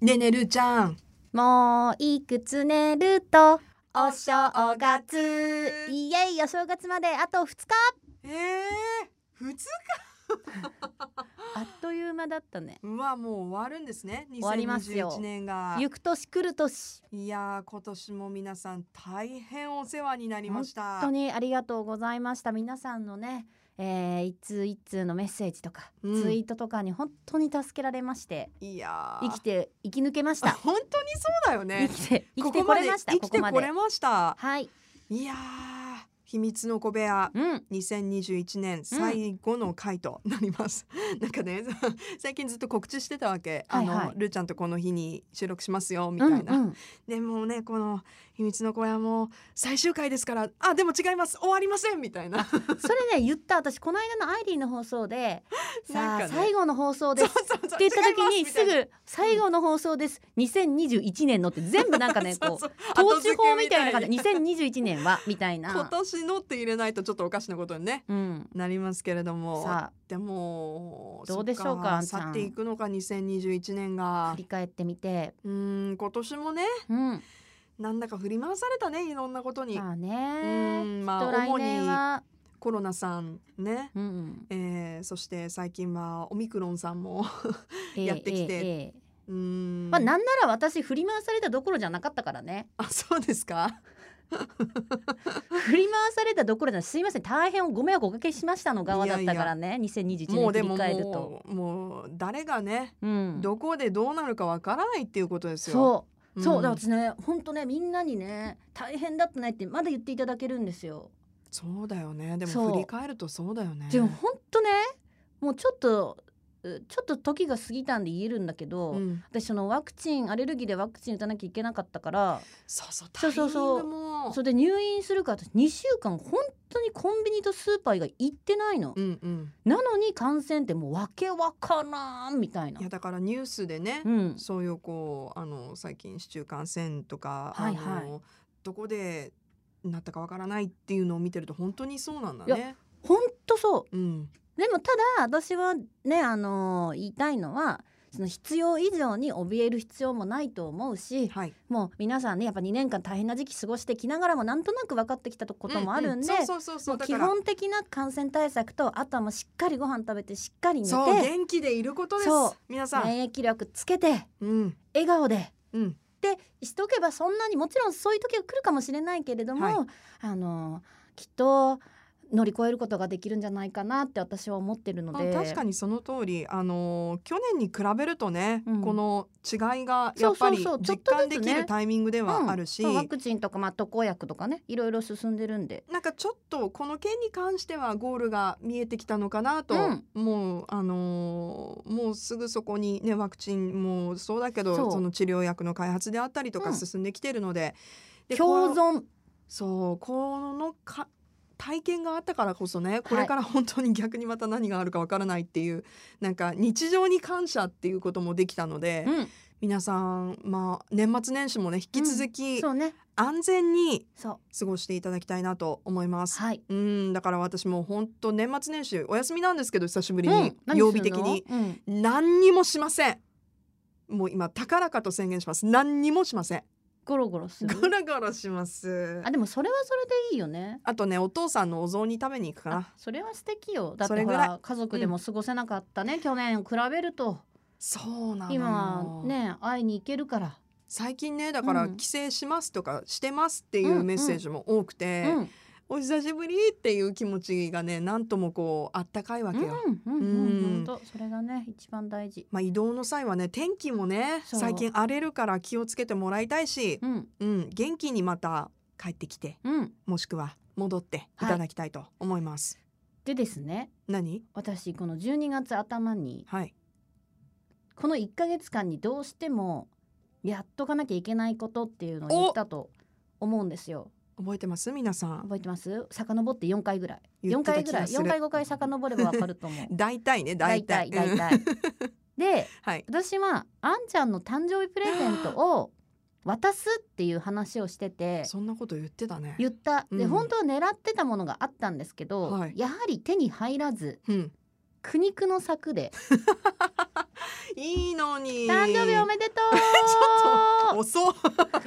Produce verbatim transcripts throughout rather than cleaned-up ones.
ねえねえるーちゃん、 もういくつ寝るとお正月、いえいお正月まであとふつか。 えー、ふつかあっという間だったね。 うわ、もう終わるんですね。 終わりますよにせんにじゅういちねんが。 行く年来る年、 いやー、今年も皆さん大変お世話になりました。 本当にありがとうございました。皆さんのね、えー、一通一通のメッセージとか、 うんツイートとかに本当に助けられまして、 いやー生きて生き抜けました。 本当にそうだよね。 生きて生きてこれました。 ここまで生きてこれここました。 はい、 いやー、秘密の小部屋、 うん、 にせんにじゅういちねん最後の回となります、うん、なんかね最近ずっと告知してたわけ、 はいはい、 あのルーちゃんとこの日に収録しますよみたいな、 うんうん、 でもねこの秘密の小屋も最終回ですから、あでも違います、終わりませんみたいなそれね言った私この間のアイリーの放送でさあ、 なんかね、 最後の放送ですそうそうそうって言った時にす違いますぐ最後の放送ですにせんにじゅういちねんのって全部なんかねこうそうそう投資法みたいな感じで後付けみたいににせんにじゅういちねんはみたいな今年のって入れないとちょっとおかしなことにね、 うん、 なりますけれども、 さあでもどうでしょうか、あんちゃん去っていくのかにせんにじゅういちねんが。 振り返ってみて、 うーん今年もねうんなんだか振り回されたね、いろんなことに。 まあうね、 んまあきっと来年は、 コロナさんね、 うんえー、そして最近はオミクロンさんもええやってきて、 ええええうーんまあ、なんなら私振り回されたどころじゃなかったからね。 あそうですか振り回されたどころじゃすいません、大変ご迷惑おかけしましたの側だったからね。いやいやにせんにじゅういちねん振り返るともうでももうもう誰がね、 うん、 どこでどうなるかわからないっていうことですよ。 そうそう、 うんだから私ね本当ねみんなにね大変だったねってまだ言っていただけるんですよ。 そうだよね。でそうも振り返るとそうだよね。 でも本当ねもうちょっとうちょっと時が過ぎたんで言えるんだけど、 うん、 私そのワクチンアレルギーでワクチン打たなきゃいけなかったからそうそうそうそうそうタイミングもそれで入院するから私にしゅうかん本当にコンビニとスーパー以外行ってないの、 うんうんなのに感染ってもうわけわからんみたいな。 いやだからニュースでね、 うんそういうこうあの最近市中感染とか、 はいはいあのどこでなったかわからないっていうのを見てると本当にそうなんだいね。 本当そう。 うんでもただ私はねあのー言いたいのはその必要以上に怯える必要もないと思うし、 はい、 もう皆さんねやっぱにねんかん大変な時期過ごしてきながらもなんとなく分かってきたこともあるんで、 ううそうそうそうもう基だから本的な感染対策とあとはもうしっかりご飯食べてしっかり寝てそう元気でいることですそう皆さん。 免疫力つけてうん笑顔でうんってしとけばそんなにもちろんそういう時が来るかもしれないけれども、 はいあのきっと乗り越えることができるんじゃないかなって私は思ってるのまあ、 で、 確かにその通り、あのー去年に比べるとね、 うんこの違いがやっぱりそうそうそうちょ実っとずつね感できるタイミングではあるし、 うんワクチンとか、まあ、特効薬とかねいろいろ進んでるんで、 なんかちょっとこの件に関してはゴールが見えてきたのかなと、 うんもうあのーもうすぐそこにねワクチンもそうだけどそうその治療薬の開発であったりとかうん進んできてるので、でこ共存そうこのか体験があったからこそねこれから本当に逆にまた何があるかわからないっていう、なんか日常に感謝っていうこともできたので、 うん皆さんまあ年末年始もね引き続きそうね安全にそう過ごしていただきたいなと思います。 はいうんだから私も本当年末年始お休みなんですけど久しぶりに、 うん何するの曜日的にうん何にもしません。もう今高らかと宣言します。何にもしません。 ゴロゴロするゴロゴロします。 あでもそれはそれでいいよね。 あとねお父さんのお雑煮食べに行くかな。 あそれは素敵よ。だってほそれぐらいら家族でも過ごせなかったね、去年比べるとそうなのよ。 今はね会いに行けるから、 最近ねだからうん帰省しますとかしてますっていうメッセージも多くて、 うんお久しぶりっていう気持ちがねなんともこうあったかいわけよ。 うんうんううんん、本当それがね一番大事。 まあ、移動の際はね天気もねそう最近荒れるから気をつけてもらいたいし、 うんうん、元気にまた帰ってきてうん。 もしくは戻っていただきたいと思います。 でですね、 何私このじゅうにがつ頭にはいこのいっかげつかんにどうしてもやっとかなきゃいけないことっていうのを言ったと思うんですよ。 覚えてます皆さん。 覚えてます？遡ってよんかいぐらい4 言ってた回ぐらい気がするよんかいごかい遡ればわかると思う大体ね大体大体大体ではい私はあんちゃんの誕生日プレゼントを渡すっていう話をしててそんなこと言ってたね。 言ったで、 うん本当は狙ってたものがあったんですけど、 はいやはり手に入らずうん苦肉の策でいいのに誕生日おめでと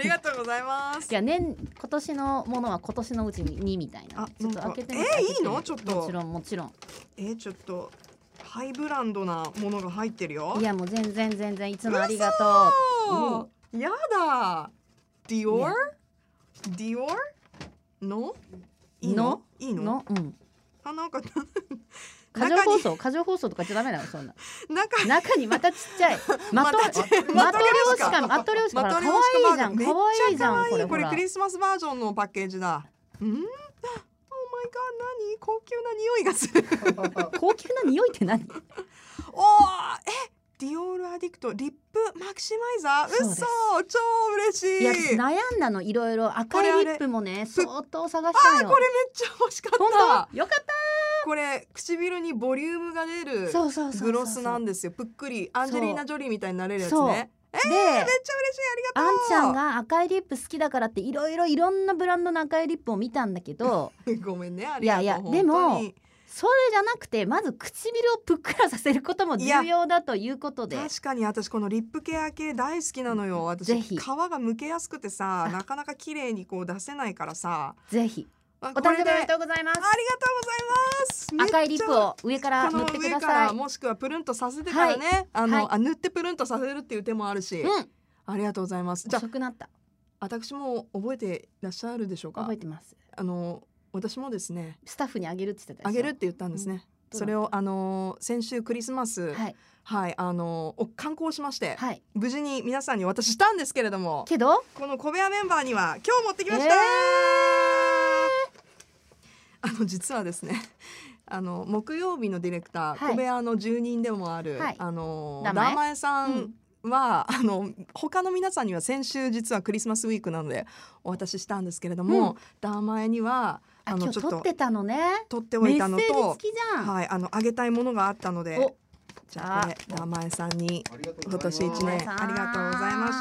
りがとうございます。 いや年今年のものは今年のうちにみたいな。 あ、 ちょっと開けてみえて。 ー、いいの？ちょっと。 もちろんもちろん。 えー、ちょっとハイブランドなものが入ってるよ。 いやもう全然全然いつもありがとう。うん、やだ。ディオー？ディオー？の？いいの？いいの？ の？うん。 あ、なんか過剰放送過剰放送とかじゃダメなのそんな。 中に中にまたちっちゃいマトマトリョーシカマトリョーシカ可愛いじゃん可愛いじゃんこれこれクリスマスバージョンのパッケージだ。うん？オーマイガー何？高級な匂いがする。 高級な匂いって何？ おーえディオールアディクトリップマキシマイザー。うそ超嬉しい。 いや私悩んだのいろいろ赤いリップもね相当探したのよ。 あこれめっちゃ欲しかった。 本当？よかった。 これ唇にボリュームが出るグロスなんですよ。ぷっくりアンジェリーナ・ジョリーみたいになれるやつね。えー、めっちゃ嬉しい。ありがとう。 あんちゃんが赤いリップ好きだからっていろいろいろんなブランドの赤いリップを見たんだけどごめんねありがとう。 いやいやでもそれじゃなくてまず唇をぷっくらさせることも重要だということで。 確かに私このリップケア系大好きなのよ。私皮がむけやすくてさなかなか綺麗にこう出せないからさ。 ぜひお誕生日おめでとうございます。 ありがとうございます。 赤いリップを上から塗ってください。 上からもしくはプルンとさせてからね、はい、あの、はい、あ塗ってプルンとさせるっていう手もあるし、うん、ありがとうございます。 じゃあ遅くなった。 私も覚えていらっしゃるでしょうか。 覚えてます。 あの私もですねスタッフにあげるって言ってた。 あげるって言ったんですね、うん、それをあの先週クリスマス、はいはい、あの観光しまして、はい、無事に皆さんに渡したんですけれども、 けどこの小部屋メンバーには今日持ってきました、えー、あの実はですねあの木曜日のディレクター、はい、小部屋の住人でもある、はい、あのダーマエさんは、うん、あの他の皆さんには先週実はクリスマスウィークなのでお渡ししたんですけれども、うん、ダーマエにはあのちょっと撮ってたのね。 撮っておいたのと、 メッセージ付きじゃん。 はい、あのあげたいものがあったので、じゃあこれダーマエさんに今年一年ありがとうございました。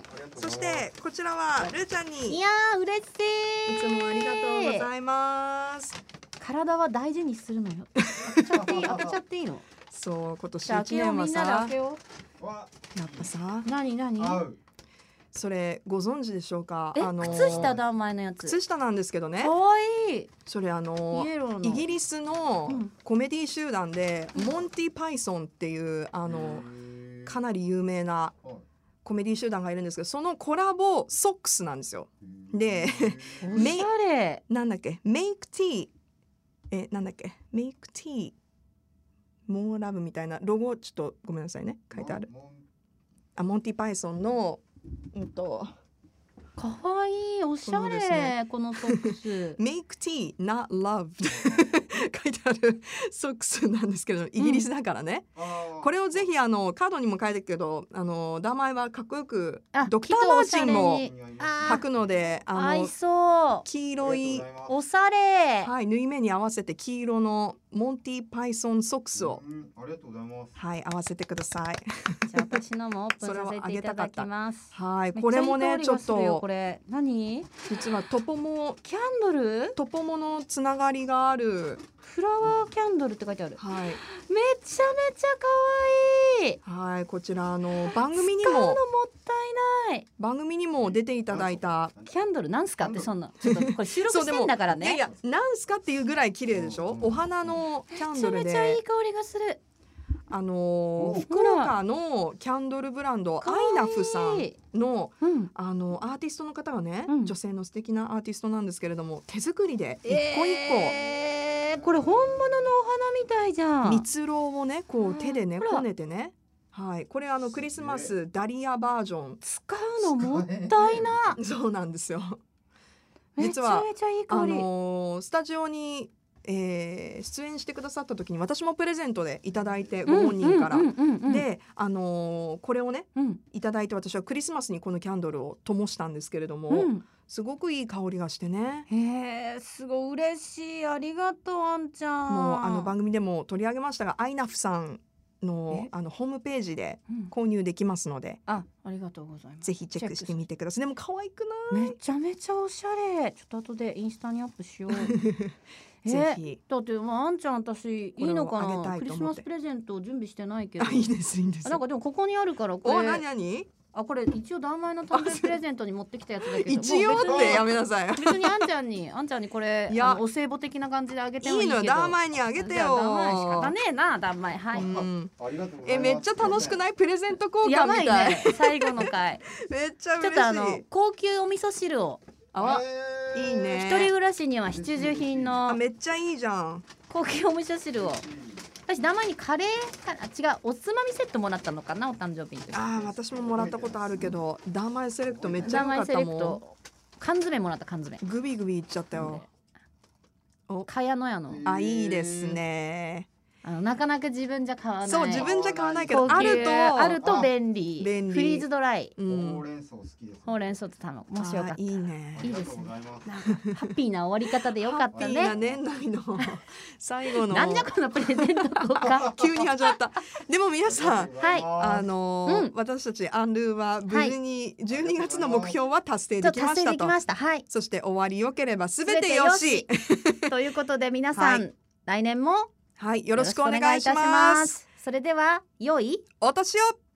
そしてこちらはルーちゃんに。 いやー嬉しい。 いつもありがとうございます。 体は大事にするのよ。開けちゃっていい？開けちゃっていいの？ そう今年一年はさ、やっぱさ、 何何？ それご存知でしょうか。 あのー、靴下だ前のやつ。 靴下なんですけどね。 かわいい。 それあのー、イギリスのコメディ集団で、うん、モンティ・パイソンっていうあのかなり有名なコメディ集団がいるんですけど、そのコラボソックスなんですよ。で、 おしゃれ。 なんだっけ、メイクティー、えなんだっけ、メイクティーモーラブみたいなロゴちょっとごめんなさいね書いてある。あモンティ・パイソンのうんとかわいいおしゃれ、ね、このソックス Make tea not loved 書いてあるソックスなんですけどイギリスだからね、うん、これをぜひあのカードにも書いてるけどあの名前はかっこよくドクター・マーチンも履くのであの合いそう黄色いおしゃれ、 はい、縫い目に合わせて黄色のモンティ・パイソンソックスを、 うん、ありがとうございます。 はい、合わせてください。 じゃあ私のもオープンさせていただきます。 はい、これもねちょっとこれ何？ 実はトポモキャンドル？ トポモのつながりがあるフラワーキャンドルって書いてある。 はい。めちゃめちゃ可愛い。 はい、こちらあの番組にも使うのもったいない。 番組にも出ていただいたキャンドルなんすかってそんなちょっとこれ収録してんだからね。 いやいやなんすかっていうぐらい綺麗でしょ。お花のキャンドルで。 めちゃめちゃいい香りがする。 あのー、福岡のキャンドルブランドアイナフさんの、うん、あのアーティストの方がね、うん、女性の素敵なアーティストなんですけれども手作りで一個一個、 えー、これ本物のお花みたいじゃん。 蜜蝋をねこう手でねこねてね、はい、これあのクリスマスダリアバージョン使うのもったいなそうなんですよ。 実はめちゃめちゃいい香り。 あのー、スタジオにえー、出演してくださった時に私もプレゼントでいただいてご本人からで、あのー、これをね、うん、いただいて私はクリスマスにこのキャンドルを灯したんですけれども、うん、すごくいい香りがしてね。 へーすごい嬉しい。ありがとうあんちゃん。 もうあの番組でも取り上げましたがアイナフさん の, あのホームページで購入できますので、 うん、あ, ありがとうございます。 ぜひチェックしてみてください。でも可愛くない？ めちゃめちゃおしゃれ。ちょっと後でインスタにアップしようぜひ。 だって、まあ、あんちゃん私いいのかなクリスマスプレゼント準備してないけど。 いいですいいです。 なんかでもここにあるからこれお何何あ、これ一応ダーマイの誕生日プレゼントに持ってきたやつだけど一応ってやめなさい。 別にあんちゃんにあんちゃんにこれいやお歳暮的な感じであげてもいいけど、いいのよ、ダーマイにあげてよ。 ダーマイ仕方ねえな、ダーマイ。はい、うん、 えめっちゃ楽しくない？プレゼント交換みたい。 やばいね、最後の回めっちゃ嬉しい。 ちょっとあの高級お味噌汁を、 あ、いいね。 一人暮らしには必需品の、 あ、めっちゃいいじゃん。 高級お味噌汁を。私ダーマイにカレーか違うおつまみセットもらったのかな、お誕生日に。 ああ、私ももらったことあるけど、ダーマイセレクトめっちゃ良かったもん。ダーマイセレクト缶詰もらった、缶詰グビグビいっちゃったよ。 お、茅野屋の。 あ、いいですね。 あのなかなか自分じゃ買わない。 そう、自分じゃ買わないけどあるとあると便利。 便利。 フリーズドライ。 うん、ほうれん草好きです、ね。 ほうれん草と卵、もしよかった。 いいね。 いいですね。ハッピーな終わり方でよかったね。 ハッピーな年内の最後の。 なんじゃこのプレゼント交換。 急に始まった。でも皆さん、 はい、 あのーうん、私たちアンルーは無事にじゅうにがつの目標は達成できましたと。 達成はい、 そして終わりよければすべてよし。 ということで皆さん、はい、来年もはい、よろしくお願いします。 それでは良いお年を。